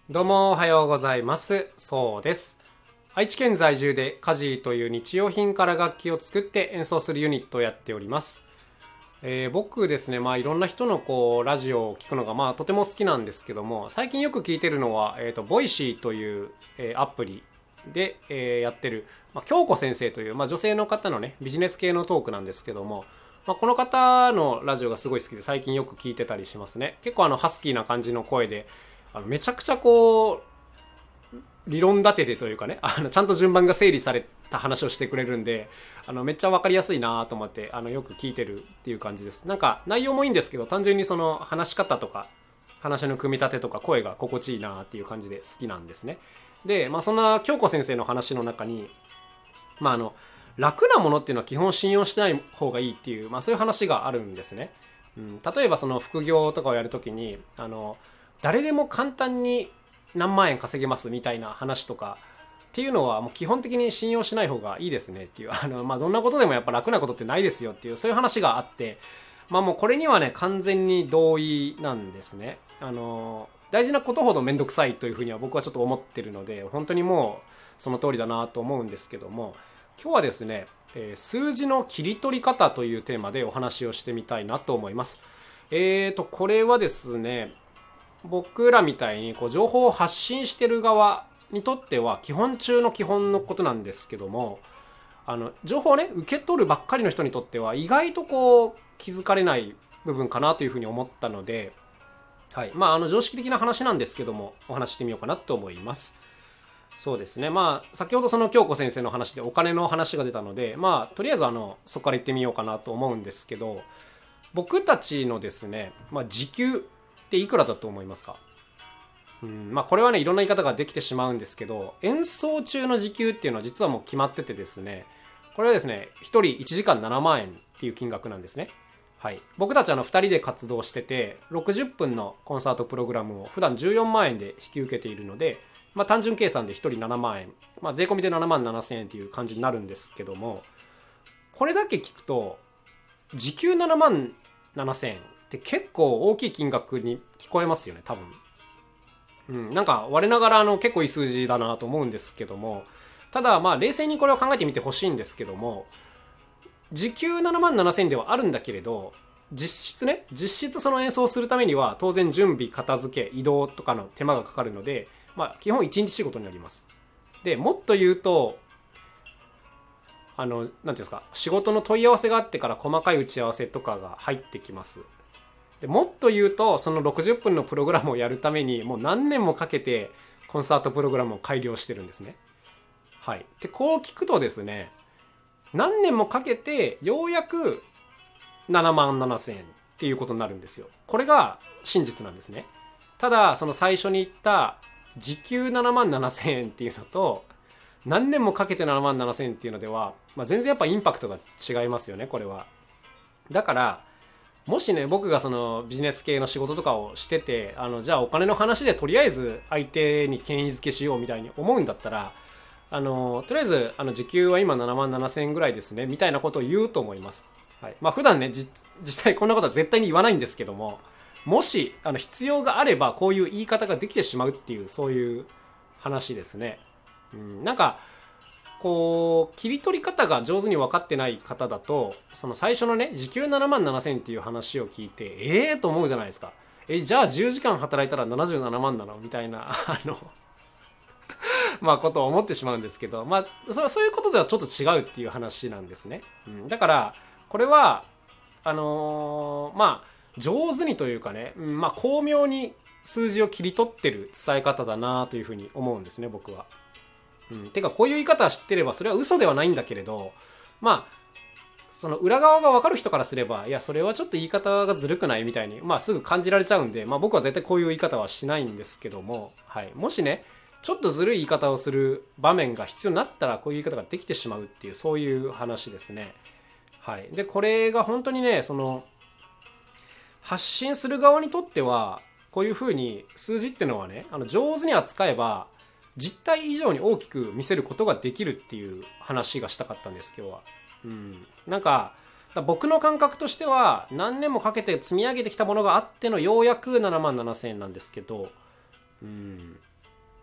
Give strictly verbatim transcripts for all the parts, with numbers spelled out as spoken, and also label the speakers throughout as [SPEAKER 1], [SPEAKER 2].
[SPEAKER 1] どうもおはようございます。そうです。愛知県在住でカジという日用品から楽器を作って演奏するユニットをやっております。えー僕ですね、まあいろんな人のこうラジオを聞くのがまあとても好きなんですけども、最近よく聞いてるのは、えーと、ボイシーという、えーアプリで、えーやってる、まあ、京子先生という、まあ、女性の方のね、ビジネス系のトークなんですけども、まあ、この方のラジオがすごい好きで最近よく聞いてたりしますね。結構あのハスキーな感じの声で、あのめちゃくちゃこう理論立ててというかね、あのちゃんと順番が整理された話をしてくれるんで、あのめっちゃ分かりやすいなと思って、あのよく聞いてるっていう感じです。なんか内容もいいんですけど、単純にその話し方とか話の組み立てとか声が心地いいなっていう感じで好きなんですね。で、まあ、そんな京子先生の話の中に、まあ、あの楽なものっていうのは基本信用してない方がいいっていう、まあ、そういう話があるんですね。うん、例えばその副業とかをやるときに、あの誰でも簡単に何万円稼げますみたいな話とかっていうのはもう基本的に信用しない方がいいですねっていう、あのまあどんなことでもやっぱ楽なことってないですよっていう、そういう話があって、まあもうこれにはね完全に同意なんですね。あの大事なことほどめんどくさいというふうには僕はちょっと思ってるので、本当にもうその通りだなと思うんですけども、今日はですね、えー数字の切り取り方というテーマでお話をしてみたいなと思います。えーとこれはですね、僕らみたいにこう情報を発信してる側にとっては基本中の基本のことなんですけども、あの情報をね受け取るばっかりの人にとっては意外とこう気づかれない部分かなというふうに思ったので、はい、まああの常識的な話なんですけどもお話ししてみようかなと思います。そうですね、まあ先ほどその京子先生の話でお金の話が出たので、まあとりあえずあのそこから言ってみようかなと思うんですけど、僕たちのですね、まあ、時給っていくらだと思いますか？うんまあ、これはねいろんな言い方ができてしまうんですけど、演奏中の時給っていうのは実はもう決まっててですね、これはですねひとりいちじかんななまん円っていう金額なんですね。はい、僕たちあのふたりで活動しててろくじゅっぷんのコンサートプログラムを普段じゅうよんまん円で引き受けているので、まあ、単純計算でひとりななまん円、まあ、税込みでななまんななせん円っていう感じになるんですけども、これだけ聞くと時給ななまんななせん円って結構大きい金額に聞こえますよね多分。うん、なんか我ながらあの結構いい数字だなと思うんですけども、ただまあ冷静にこれを考えてみてほしいんですけども、時給ななまんななせんではあるんだけれど、実質ね実質その演奏するためには当然準備片付け移動とかの手間がかかるので、まあ基本いちにち仕事になります。でもっと言うと、あのなんていうんですか、仕事の問い合わせがあってから細かい打ち合わせとかが入ってきます。でもっと言うと、そのろくじゅっぷんのプログラムをやるためにもう何年もかけてコンサートプログラムを改良してるんですね。はい。でこう聞くとですね、何年もかけてようやくななまんななせん円っていうことになるんですよ。これが真実なんですね。ただその最初に言った時給ななまんななせん円っていうのと何年もかけてななまんななせん円っていうのでは、まあ、全然やっぱインパクトが違いますよねこれは。だからもしね僕がそのビジネス系の仕事とかをしてて、あのじゃあお金の話でとりあえず相手に権威づけしようみたいに思うんだったら、あのとりあえずあの時給は今ななまんななせん円ぐらいですねみたいなことを言うと思います。はい、まあ普段ね実際こんなことは絶対に言わないんですけども、もしあの必要があればこういう言い方ができてしまうっていう、そういう話ですね。うん、なんかこう切り取り方が上手に分かってない方だと、その最初のね時給ななまんななせんっていう話を聞いてええー、と思うじゃないですか。えじゃあじゅうじかん働いたらななじゅうななまんなのみたいなあのまあことを思ってしまうんですけど、まあそそういうことではちょっと違うっていう話なんですね。うん、だからこれはあのーまあ上手にというかね、うん、まあ巧妙に数字を切り取ってる伝え方だなというふうに思うんですね僕は。うん、てかこういう言い方知ってればそれは嘘ではないんだけれど、まあその裏側が分かる人からすれば、いやそれはちょっと言い方がずるくないみたいに、まあ、すぐ感じられちゃうんで、まあ、僕は絶対こういう言い方はしないんですけども、はい、もしねちょっとずるい言い方をする場面が必要になったらこういう言い方ができてしまうっていう、そういう話ですね。はい、でこれが本当にねその発信する側にとってはこういうふうに数字っていうのはね、あの上手に扱えば実態以上に大きく見せることができるっていう話がしたかったんです今日は。うん、なんか僕の感覚としては何年もかけて積み上げてきたものがあってのようやくななまんななせん円なんですけど、うん、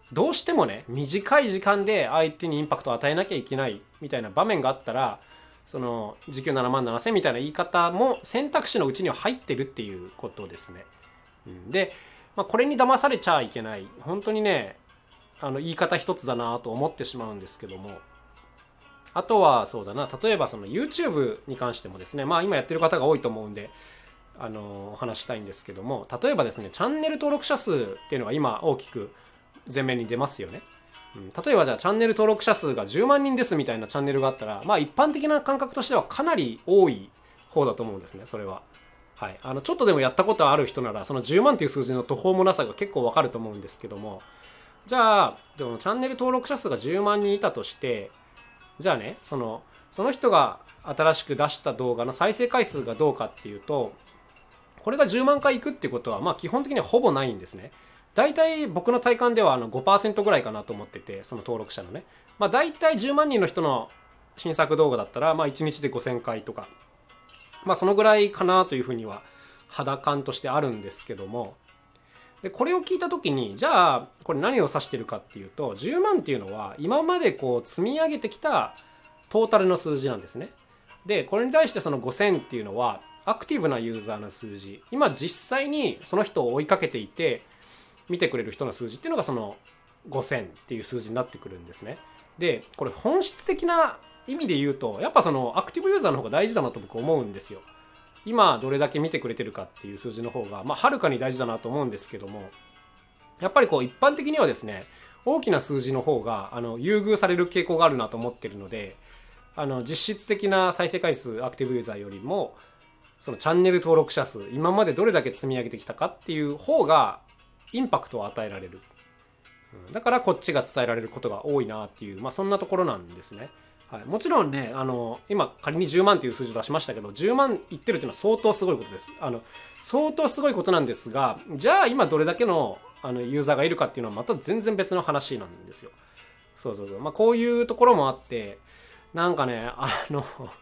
[SPEAKER 1] どうしてもね短い時間で相手にインパクトを与えなきゃいけないみたいな場面があったら、その時給ななまんななせんみたいな言い方も選択肢のうちには入ってるっていうことですね。うん、で、まあ、これに騙されちゃいけない、本当にねあの言い方一つだなと思ってしまうんですけども、あとはそうだな、例えばその YouTube に関してもですね、まあ今やってる方が多いと思うんであのお話したいんですけども、例えばですねチャンネル登録者数っていうのが今大きく前面に出ますよね。うん、例えばじゃあチャンネル登録者数がじゅうまんにんですみたいなチャンネルがあったら、まあ一般的な感覚としてはかなり多い方だと思うんですね、それは。はい、あのちょっとでもやったことある人ならそのじゅうまんっていう数字の途方もなさが結構わかると思うんですけども、じゃあでもチャンネル登録者数がじゅうまんにんいたとして、じゃあねそのその人が新しく出した動画の再生回数がどうかっていうと、これがじゅうまんかいいくっていうことはまあ基本的にはほぼないんですね。大体僕の体感ではあの ごパーセント ぐらいかなと思ってて、その登録者のね、まあ、大体じゅうまんにんの人の新作動画だったらまあいちにちでごせんかいとか、まあそのぐらいかなというふうには肌感としてあるんですけども、でこれを聞いた時にじゃあこれ何を指してるかっていうと、じゅうまんっていうのは今までこう積み上げてきたトータルの数字なんですね。でこれに対してそのごせんっていうのはアクティブなユーザーの数字、今実際にその人を追いかけていて見てくれる人の数字っていうのがそのごせんっていう数字になってくるんですね。でこれ本質的な意味で言うとやっぱそのアクティブユーザーの方が大事だなと僕思うんですよ。今どれだけ見てくれてるかっていう数字の方がまあはるかに大事だなと思うんですけども、やっぱりこう一般的にはですね大きな数字の方があの優遇される傾向があるなと思ってるので、あの実質的な再生回数アクティブユーザーよりもそのチャンネル登録者数、今までどれだけ積み上げてきたかっていう方がインパクトを与えられる。だからこっちが伝えられることが多いなっていう、まあそんなところなんですね。はい、もちろんね、あの今仮にじゅうまんという数字を出しましたけど、じゅうまんいってるっていうのは相当すごいことです。あの相当すごいことなんですが、じゃあ今どれだけのあのユーザーがいるかっていうのはまた全然別の話なんですよ。そうそうそう。まあこういうところもあって、なんかね、あの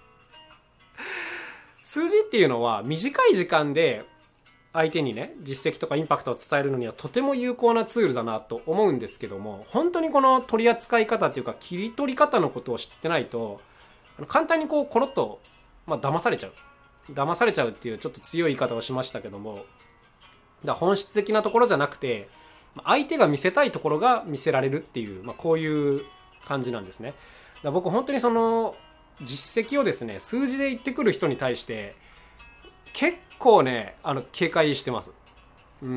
[SPEAKER 1] 数字っていうのは短い時間で相手にね実績とかインパクトを伝えるのにはとても有効なツールだなと思うんですけども、本当にこの取り扱い方っていうか切り取り方のことを知ってないと簡単にこうコロッとまあ騙されちゃう騙されちゃうっていうちょっと強い言い方をしましたけども、だから本質的なところじゃなくて相手が見せたいところが見せられるっていう、まあ、こういう感じなんですね。だから僕本当にその実績をですね数字で言ってくる人に対して結構ねあの警戒してます。うん、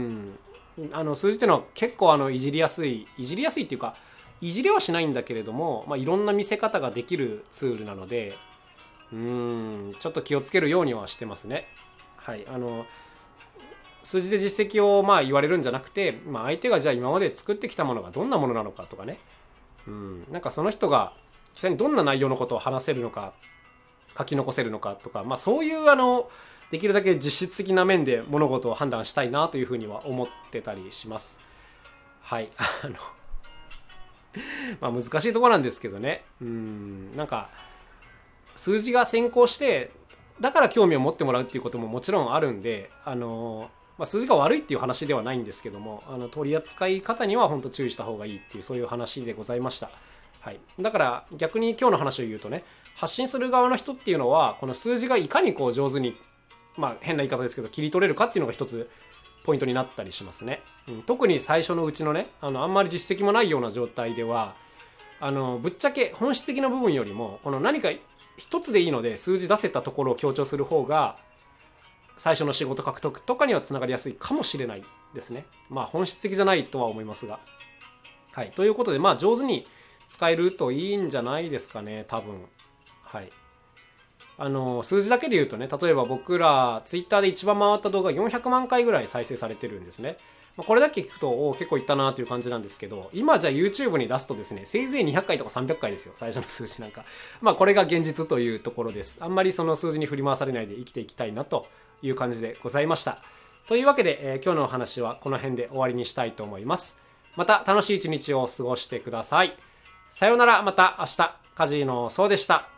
[SPEAKER 1] あの数字っていうのは結構あのいじりやすいいじりやすいっていうかいじりはしないんだけれども、まあ、いろんな見せ方ができるツールなので、うーんちょっと気をつけるようにはしてますね。はい、あの数字で実績をまあ言われるんじゃなくて、まあ、相手がじゃあ今まで作ってきたものがどんなものなのかとかね、うん、なんかその人が実際にどんな内容のことを話せるのか書き残せるのかとか、まあ、そういうあのできるだけ実質的な面で物事を判断したいなというふうには思ってたりします。はい、あのまあ難しいところなんですけどね、うんなんか数字が先行してだから興味を持ってもらうっていうことももちろんあるんで、あの、まあ、数字が悪いっていう話ではないんですけども、あの取り扱い方には本当注意した方がいいっていうそういう話でございました。はい、だから逆に今日の話を言うとね、発信する側の人っていうのはこの数字がいかにこう上手に、まあ変な言い方ですけど切り取れるかっていうのが一つポイントになったりしますね。うん、特に最初のうちのね、あのあんまり実績もないような状態ではあのぶっちゃけ本質的な部分よりもこの何か一つでいいので数字出せたところを強調する方が最初の仕事獲得とかにはつながりやすいかもしれないですね。まあ本質的じゃないとは思いますが、はい、ということでまあ上手に使えるといいんじゃないですかね多分。はい、あの数字だけで言うとね、例えば僕らツイッターで一番回った動画よんひゃくまんかいぐらい再生されてるんですね。これだけ聞くとお結構いったなという感じなんですけど、今じゃあ YouTube に出すとですねせいぜいにひゃっかいとかさんびゃっかいですよ、最初の数字なんか。まあこれが現実というところです。あんまりその数字に振り回されないで生きていきたいなという感じでございました。というわけで、えー、今日のお話はこの辺で終わりにしたいと思います。また楽しい一日を過ごしてください。さようなら、また明日。カジノそうでした。